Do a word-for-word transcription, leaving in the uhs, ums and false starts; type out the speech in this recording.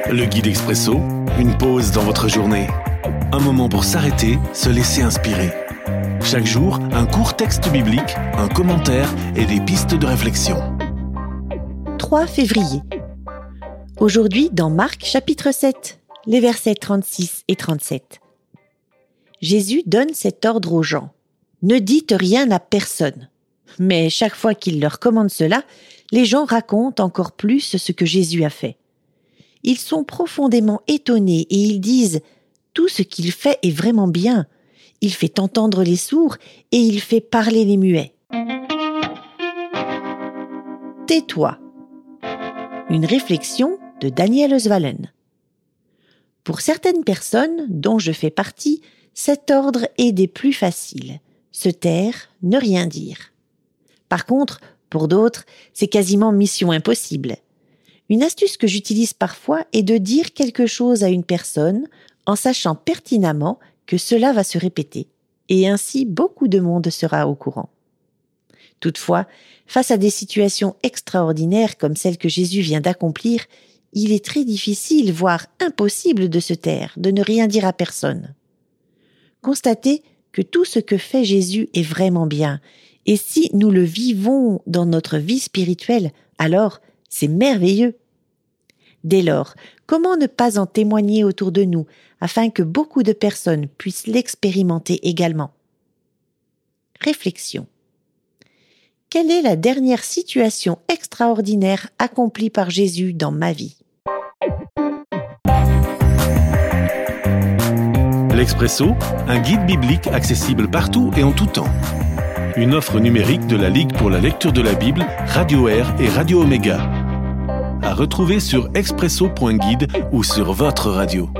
Le guide expresso, une pause dans votre journée. Un moment pour s'arrêter, se laisser inspirer. Chaque jour, un court texte biblique, un commentaire et des pistes de réflexion. trois février. Aujourd'hui, dans Marc chapitre sept, les versets trente-six et trente-sept. Jésus donne cet ordre aux gens. Ne dites rien à personne. Mais chaque fois qu'il leur commande cela, les gens racontent encore plus ce que Jésus a fait. Ils sont profondément étonnés et ils disent « Tout ce qu'il fait est vraiment bien. Il fait entendre les sourds et il fait parler les muets. » Tais-toi. Une réflexion de Daniel Oswalen. Pour certaines personnes, dont je fais partie, cet ordre est des plus faciles. Se taire, ne rien dire. Par contre, pour d'autres, c'est quasiment mission impossible. Une astuce que j'utilise parfois est de dire quelque chose à une personne en sachant pertinemment que cela va se répéter, et ainsi beaucoup de monde sera au courant. Toutefois, face à des situations extraordinaires comme celle que Jésus vient d'accomplir, il est très difficile, voire impossible de se taire, de ne rien dire à personne. Constatez que tout ce que fait Jésus est vraiment bien, et si nous le vivons dans notre vie spirituelle, alors c'est merveilleux. Dès lors, comment ne pas en témoigner autour de nous, afin que beaucoup de personnes puissent l'expérimenter également? Réflexion. Quelle est la dernière situation extraordinaire accomplie par Jésus dans ma vie? L'Expresso, un guide biblique accessible partout et en tout temps. Une offre numérique de la Ligue pour la lecture de la Bible, Radio Air et Radio Omega. À retrouver sur expresso point guide ou sur votre radio.